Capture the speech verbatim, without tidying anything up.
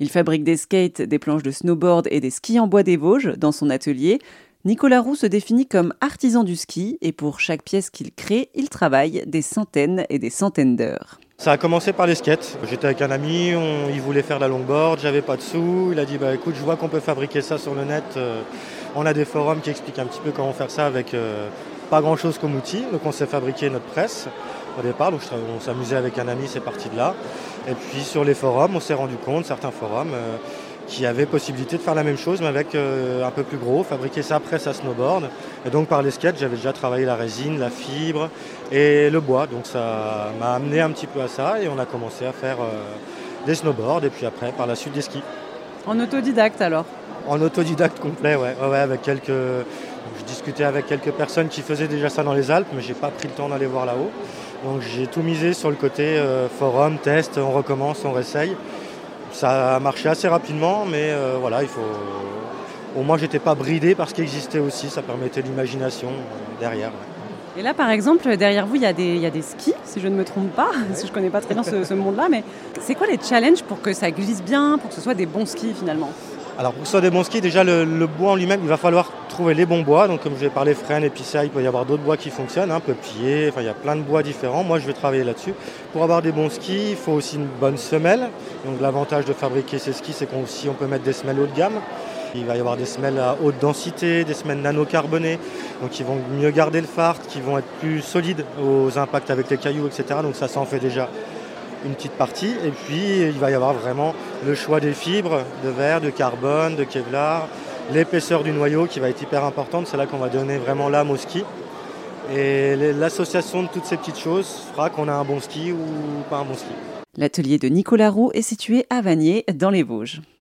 Il fabrique des skates, des planches de snowboard et des skis en bois des Vosges dans son atelier. Nicolas Roux se définit comme artisan du ski et pour chaque pièce qu'il crée, il travaille des centaines et des centaines d'heures. Ça a commencé par les skates. J'étais avec un ami, on, il voulait faire de la longboard, j'avais pas de sous. Il a dit bah écoute, je vois qu'on peut fabriquer ça sur le net. Euh, on a des forums qui expliquent un petit peu comment faire ça avec euh, pas grand chose comme outil. Donc on s'est fabriqué notre presse au départ. Donc on s'amusait avec un ami, c'est parti de là. Et puis sur les forums, on s'est rendu compte, certains forums, euh, qui avaient possibilité de faire la même chose mais avec euh, un peu plus gros, fabriquer sa presse à snowboard. Et donc par les skates, j'avais déjà travaillé la résine, la fibre et le bois. Donc ça m'a amené un petit peu à ça et on a commencé à faire euh, des snowboards et puis après par la suite des skis. En autodidacte alors? En autodidacte complet, ouais, ouais, ouais avec quelques. Je discutais avec quelques personnes qui faisaient déjà ça dans les Alpes, mais j'ai pas pris le temps d'aller voir là-haut. Donc j'ai tout misé sur le côté euh, forum, test, on recommence, on réessaye. Ça a marché assez rapidement, mais euh, voilà, il faut. Au moins, j'étais pas bridé par ce qui existait aussi, ça permettait l'imagination euh, derrière. Ouais. Et là, par exemple, derrière vous, il y a des, il y a des skis, si je ne me trompe pas, parce que je connais pas très bien ce, ce monde-là, mais c'est quoi les challenges pour que ça glisse bien, pour que ce soit des bons skis finalement? Alors pour que ce soit des bons skis, déjà le, le bois en lui-même, il va falloir trouver les bons bois. Donc comme je vais parler frêne, épicéa, il peut y avoir d'autres bois qui fonctionnent, hein, peuplier, enfin il y a plein de bois différents. Moi je vais travailler là-dessus. Pour avoir des bons skis, il faut aussi une bonne semelle. Donc l'avantage de fabriquer ces skis, c'est qu'on aussi on peut mettre des semelles haut de gamme. Il va y avoir des semelles à haute densité, des semelles nano-carbonées, donc qui vont mieux garder le fard, qui vont être plus solides aux impacts avec les cailloux, et cetera. Donc ça, ça en fait déjà une petite partie. Et puis, il va y avoir vraiment le choix des fibres, de verre, de carbone, de Kevlar, l'épaisseur du noyau qui va être hyper importante. C'est là qu'on va donner vraiment l'âme au ski. Et l'association de toutes ces petites choses fera qu'on a un bon ski ou pas un bon ski. L'atelier de Nicolas Roux est situé à Vanier, dans les Vosges.